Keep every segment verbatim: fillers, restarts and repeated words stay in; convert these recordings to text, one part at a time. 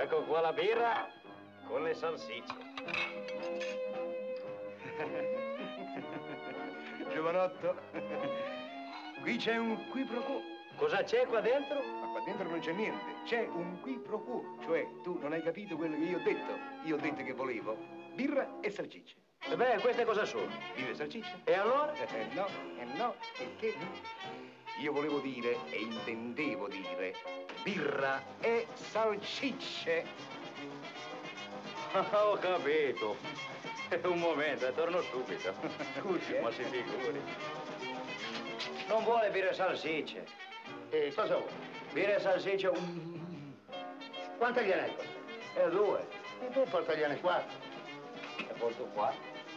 Ecco qua la birra con le salsicce. Giovanotto, qui c'è un qui pro quo. Cosa c'è qua dentro? Ma qua dentro non c'è niente, c'è un qui pro quo. Cioè, tu non hai capito quello che io ho detto. Io ho detto che volevo birra e salsicce. E beh, queste cosa sono? Birra e salsicce. E allora? Eh, no, eh, no, perché io volevo dire e intendevo dire birra e salsicce. Ah, ho capito. Un momento, torno subito. Scusi, eh? Ma si figuri. Non vuole birra e salsicce. E cosa vuoi? Birra e salsicce, un... Quante gliene hai portate? E due. E tu portagliene quattro. E porto qua.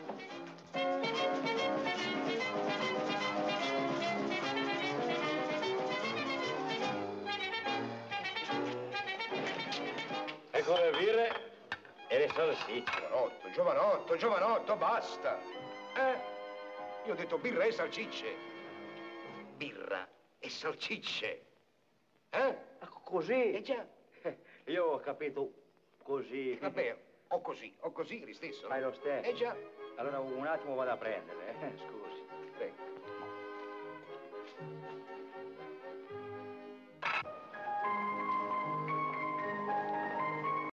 Ecco le birre e le salsicce. Giovanotto, giovanotto, giovanotto, basta. Eh? Io ho detto birra e salsicce. Birra e salsicce. Eh? Ecco così. Eh già. Io ho capito così. Vabbè, o così, o così, lo stesso. Fai lo stesso. Eh già. Allora un attimo vado a prenderle, eh? Scusi.